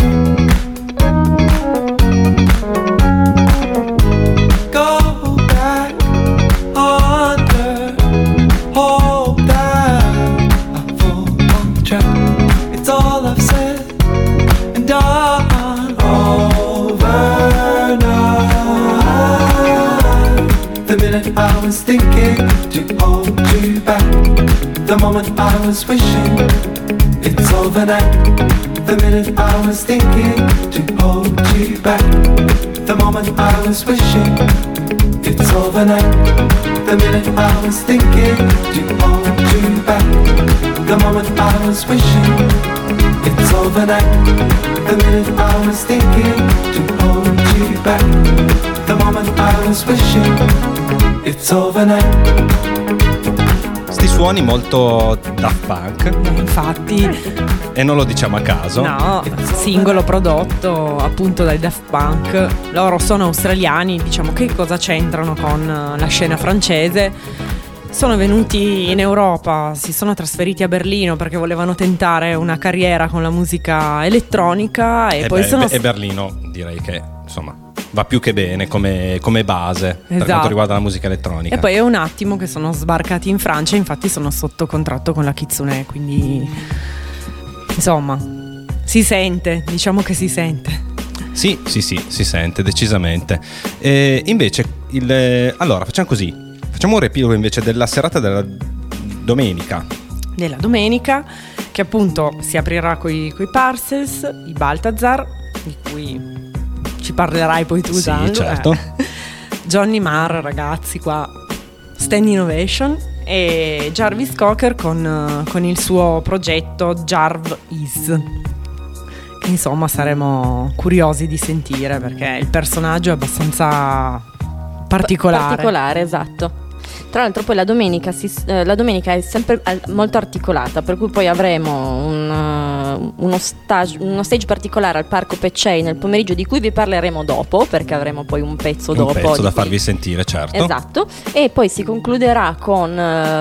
Go back under, hope that I fall on track. It's all I've said and done overnight. The minute I was thinking to hold you back. The moment I was wishing it's overnight. The minute I was thinking to hold you back. The moment I was wishing it's overnight. The minute I was thinking to hold you back. The moment I was wishing it's overnight. The minute I was thinking to hold you back. The moment I was wishing it's overnight. Sti suoni molto Daft Punk. Infatti. E non lo diciamo a caso. No, singolo prodotto appunto dai Daft Punk. Loro sono australiani, diciamo, che cosa c'entrano con la scena francese? Sono venuti in Europa, si sono trasferiti a Berlino perché volevano tentare una carriera con la musica elettronica e poi e Berlino direi che insomma va più che bene come base per Esatto. quanto riguarda la musica elettronica. E poi è un attimo che sono sbarcati in Francia, infatti sono sotto contratto con la Kitsune, quindi insomma si sente, diciamo che si sente. Sì, si sente decisamente. Invece allora facciamo così, facciamo un riepilogo invece della serata della domenica. Della domenica, che appunto si aprirà coi Parcels, i Balthazar, di cui ci parlerai poi tu, Sì, Gianlu. certo. Johnny Marr, ragazzi, qua Stand Innovation, e Jarvis Cocker con il suo progetto Jarv Is, che insomma saremo curiosi di sentire perché il personaggio è abbastanza particolare, esatto. Tra l'altro poi la domenica è sempre molto articolata, per cui poi avremo uno stage particolare al Parco Peccei nel pomeriggio, di cui vi parleremo dopo, perché avremo poi un pezzo dopo. Un pezzo da farvi sentire, certo. Esatto. E poi si concluderà con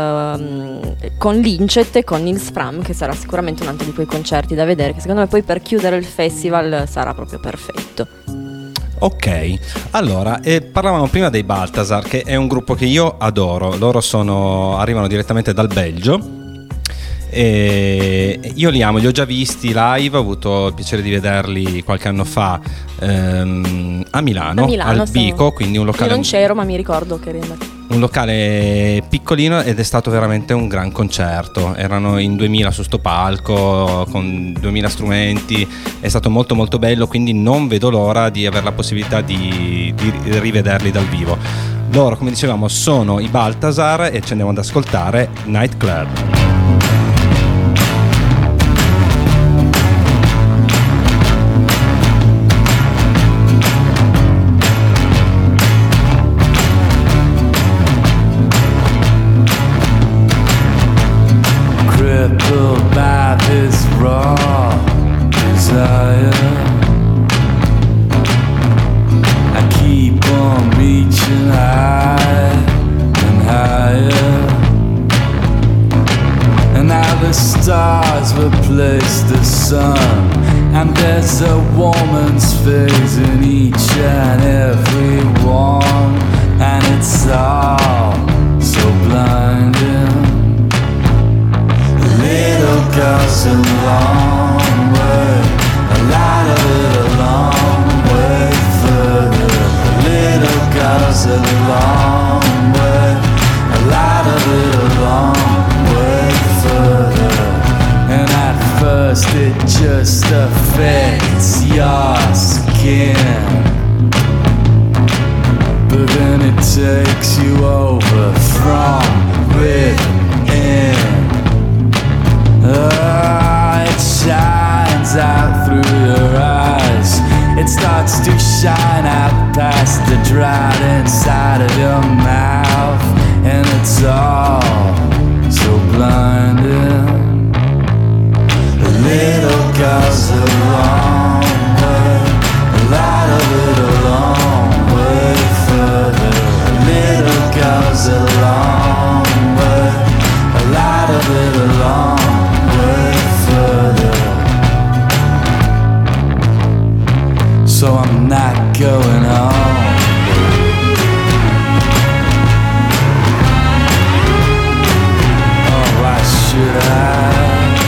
l'Incet e con Nils Fram, che sarà sicuramente un altro di quei concerti da vedere, che secondo me poi per chiudere il festival sarà proprio perfetto. Ok, allora parlavamo prima dei Balthazar, che è un gruppo che io adoro. Loro arrivano direttamente dal Belgio e io li amo, li ho già visti live, ho avuto il piacere di vederli qualche anno fa a Milano al Bico, quindi un locale. Io non c'ero, ma mi ricordo che eri andato. Un locale piccolino ed è stato veramente un gran concerto. Erano in 2000 su sto palco con 2000 strumenti, è stato molto molto bello, quindi non vedo l'ora di avere la possibilità di rivederli dal vivo. Loro, come dicevamo, sono i Balthazar e ci andiamo ad ascoltare Night Club. By this raw desire, I keep on reaching high and higher, and now the stars replace the sun, and there's a woman's face in each and every one, and it's all so blinding. Little girl's a long way, a lot of it a long way further. Little girl's a long way, a lot of it a long way further. And at first it just affects your skin, takes you over from within. It shines out through your eyes. It starts to shine out past the drought inside of your mouth. And it's all so blinding. A little goes a long way. A lot of it a long way further. A little goes a long way. A lot of it a long way further. So I'm not going home. Oh, why should I?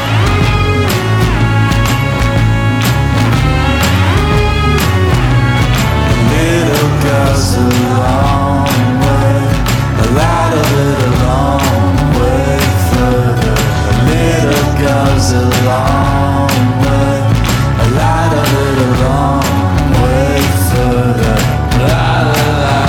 Goes a long way, a lot of it a long way further. A little goes a long way, a lot of it a long way further. La la la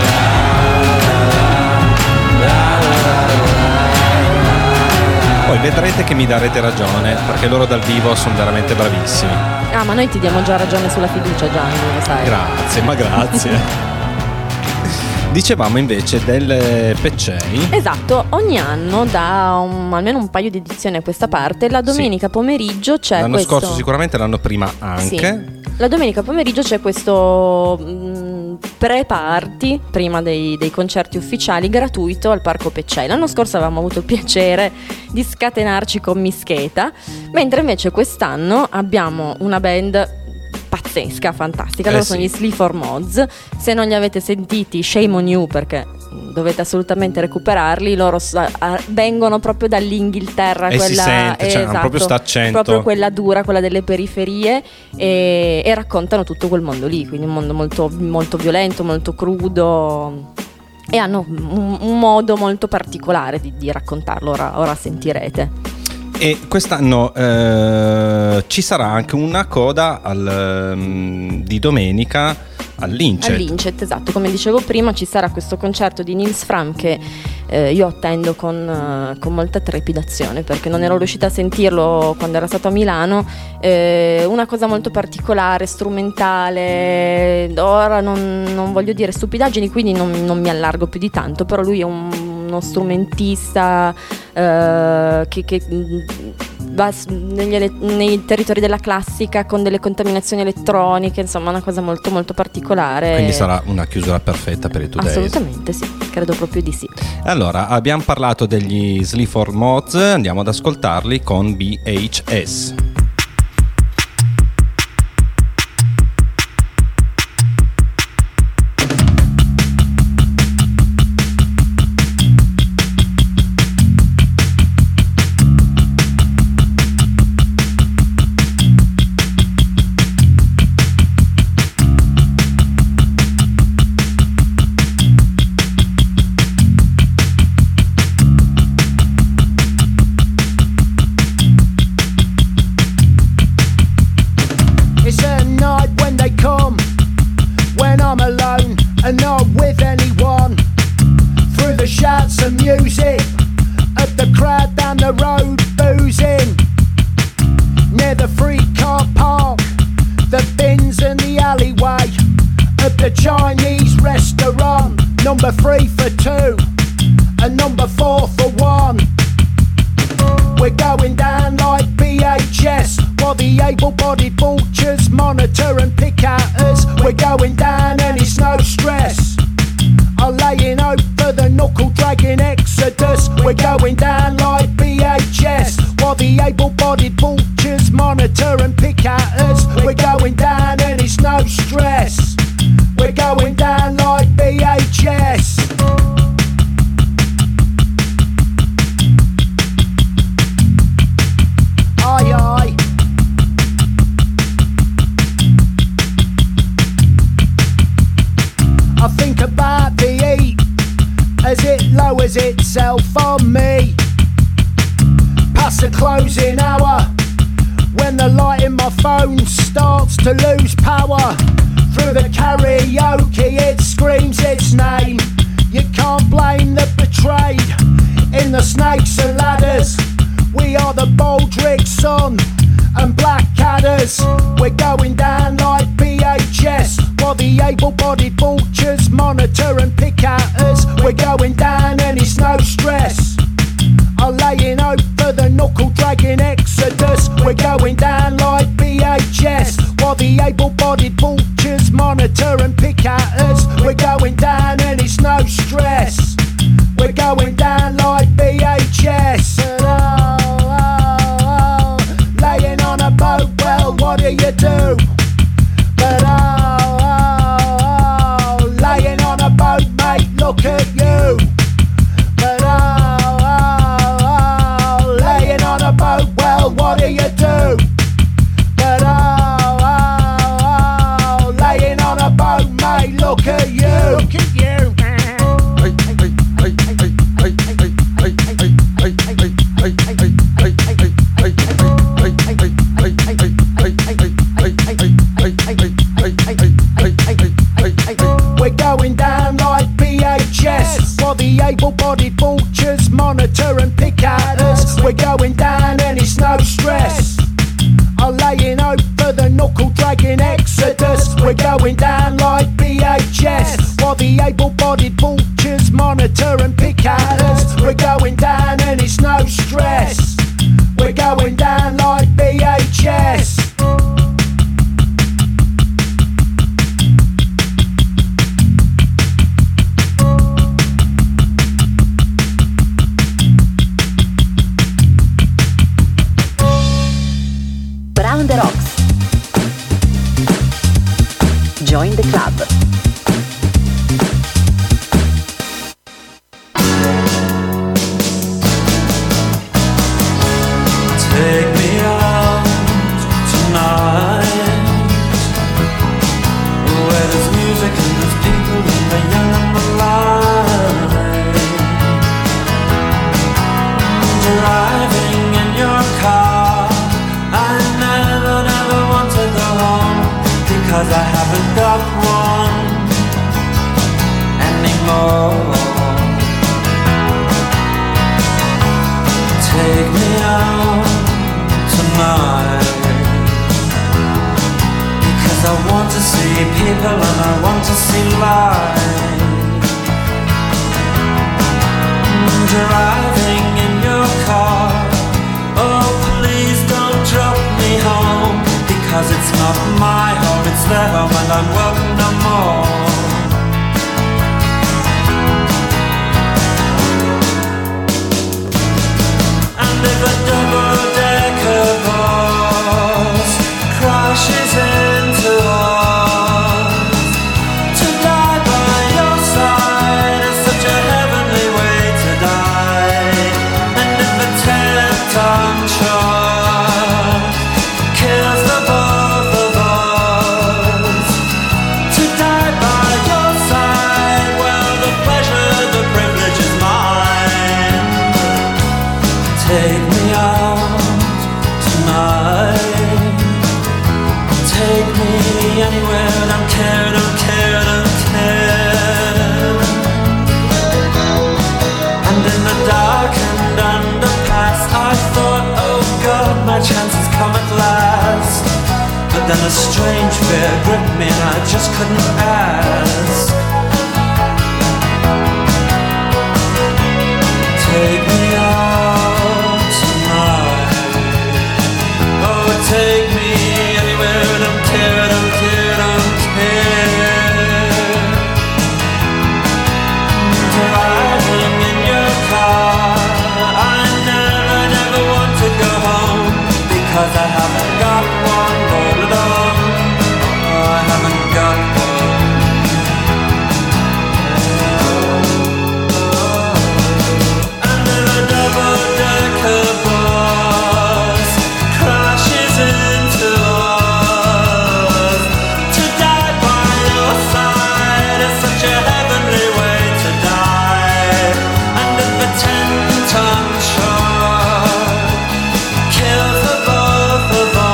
la. Poi vedrete che mi darete ragione, perché loro dal vivo sono veramente bravissimi. Ah, ma noi ti diamo già ragione sulla fiducia, Gianni, lo sai. Grazie, ma grazie. Dicevamo invece del Peccei. Esatto, ogni anno da almeno un paio di edizioni a questa parte, la domenica pomeriggio c'è l'anno questo... scorso sicuramente, l'anno prima anche. Sì. La domenica pomeriggio c'è questo pre-party, prima dei concerti ufficiali, gratuito al Parco Peccei. L'anno scorso avevamo avuto il piacere di scatenarci con Mischeta, mentre invece quest'anno abbiamo una band pazzesca, fantastica. Loro sono gli Sleaford Mods. Se non li avete sentiti, shame on you, perché dovete assolutamente recuperarli. Loro vengono proprio dall'Inghilterra, quella, si sente, esatto, hanno proprio sta accento, proprio quella dura, quella delle periferie, e raccontano tutto quel mondo lì, quindi un mondo molto, molto violento, molto crudo, e hanno un modo molto particolare di raccontarlo. Ora sentirete. E quest'anno ci sarà anche una coda di domenica all'Incet. All'Incet, esatto, come dicevo prima ci sarà questo concerto di Nils Fram che io attendo con molta trepidazione, perché non ero riuscita a sentirlo quando era stato a Milano. Una cosa molto particolare, strumentale. Ora non voglio dire stupidaggini, quindi non mi allargo più di tanto, però lui è uno strumentista che va nei territori della classica con delle contaminazioni elettroniche, insomma una cosa molto molto particolare. Quindi sarà una chiusura perfetta per i Todays. Assolutamente sì, credo proprio di sì. Allora, abbiamo parlato degli Sleaford Mods, andiamo ad ascoltarli con BHS. And not with anyone. Through the shouts and music of the crowd down the road boozing. Near the free car park, the bins and the alleyway of the Chinese restaurant. Number 3 for 2 and number 4 for 1. We're going down like BHS while the able-bodied vultures monitor and pick at us. We're going down and it's no stress. I'm laying over the knuckle-dragging exodus. We're going down like BHS while the able-bodied vultures monitor and pick at us. We're going down and it's no stress. We're going down like BHS. Aye, aye. I think about the heat as it lowers itself on me. Past the closing hour, when the light in my phone starts to lose power. Through the karaoke it screams its name. You can't blame the betrayed in the snakes and ladders. We are the Baldric Sun and Blackadders. We're going down like PHS while the able-bodied vultures monitor and pick at us. We're going down and it's no stress. I'm laying over the knuckle-dragging exodus. We're going down like BHS while the able-bodied vultures monitor and pick at us. We're going down and it's no stress. We're going down like BHS. And laying on a boat, well, what do you do? But laying on a boat, mate, look at you. But laying on a boat, well, what do you do? But laying on a boat, mate, look at you. Look at you. We're going down like PHS while the able-bodied vultures monitor and pick at us. We're going down and it's no stress. I'm laying over the knuckle-dragging exodus. We're going down like BHS while the able-bodied vultures monitor and pick at us. We're going down and it's no stress. We're going down like BHS. Brown the Rocks. Join the club. Take me out tonight, where there's music and there's people and the young and the alive. Driving in your car, I never want to go home, because I haven't got one anymore. Take me out tonight, because I want to see people and I want to see life. Driving in your car, oh please don't drop me home, because it's not my home, it's their home and I'm welcome no more. And if a double-decker bus crashes into us, to die by your side is such a heavenly way to die. And if a 10-ton truck kills the both of us, to die by your side, well, the pleasure, the privilege is mine. Take me out tonight, take me anywhere, don't care, don't care, don't care. And in the dark and underpass, I thought, oh God, my chance has come at last. But then a strange fear gripped me and I just couldn't ask. Take me out tonight, oh take me anywhere, don't care, don't care, don't care. Driving in your car, I never want to go home, because I haven't got one all alone. Oh, I haven't got one. And if a double-decker bus crashes into us, to die by your side is such a heavenly way to die. And if a 10-ton truck kills the both of us,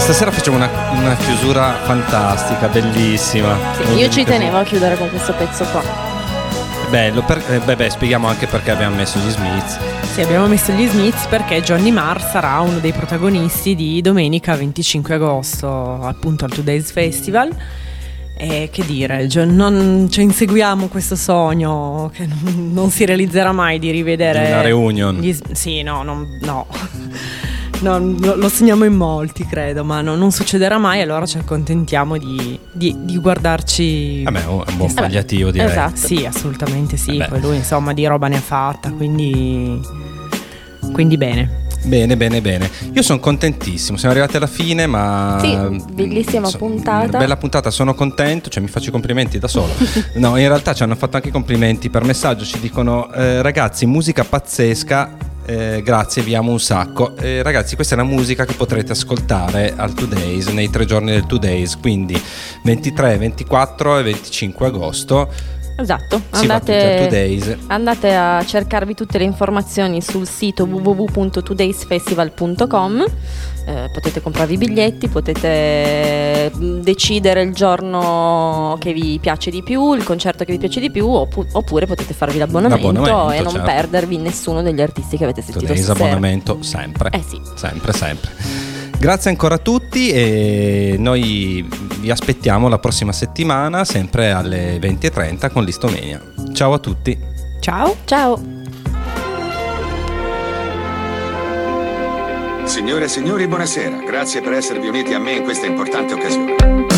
Stasera facciamo una chiusura fantastica, bellissima. Sì, io ci tenevo a chiudere con questo pezzo qua. Bello, spieghiamo anche perché abbiamo messo gli Smiths. Sì, abbiamo messo gli Smiths perché Johnny Marr sarà uno dei protagonisti di domenica 25 agosto, appunto al Today's Festival. E che dire, ci inseguiamo questo sogno che non si realizzerà mai di rivedere una reunion. Sì, no. No, lo sogniamo in molti, credo, ma non succederà mai, allora ci accontentiamo di guardarci. Vabbè, è un buon palliativo, direi. Esatto. Sì, assolutamente sì. Poi lui, insomma, di roba ne ha fatta, quindi bene. Bene. Io sono contentissimo, siamo arrivati alla fine, ma sì, bellissima puntata. Bella puntata, sono contento, cioè mi faccio i complimenti da solo. No, in realtà ci hanno fatto anche i complimenti per messaggio, ci dicono ragazzi, musica pazzesca. Grazie, vi amo un sacco. Ragazzi, questa è la musica che potrete ascoltare al 2Days, nei 3 giorni del 2Days, quindi 23, 24 e 25 agosto. Esatto, andate a cercarvi tutte le informazioni sul sito www.todaysfestival.com. Potete comprarvi i biglietti, potete decidere il giorno che vi piace di più, il concerto che vi piace di più, oppure potete farvi l'abbonamento e non perdervi nessuno degli artisti che avete sentito stasera. Abbonamento sempre. Sì. Sempre. Grazie ancora a tutti e noi vi aspettiamo la prossima settimana, sempre alle 20:30 con Listomania. Ciao a tutti. Ciao. Signore e signori, buonasera. Grazie per esservi uniti a me in questa importante occasione.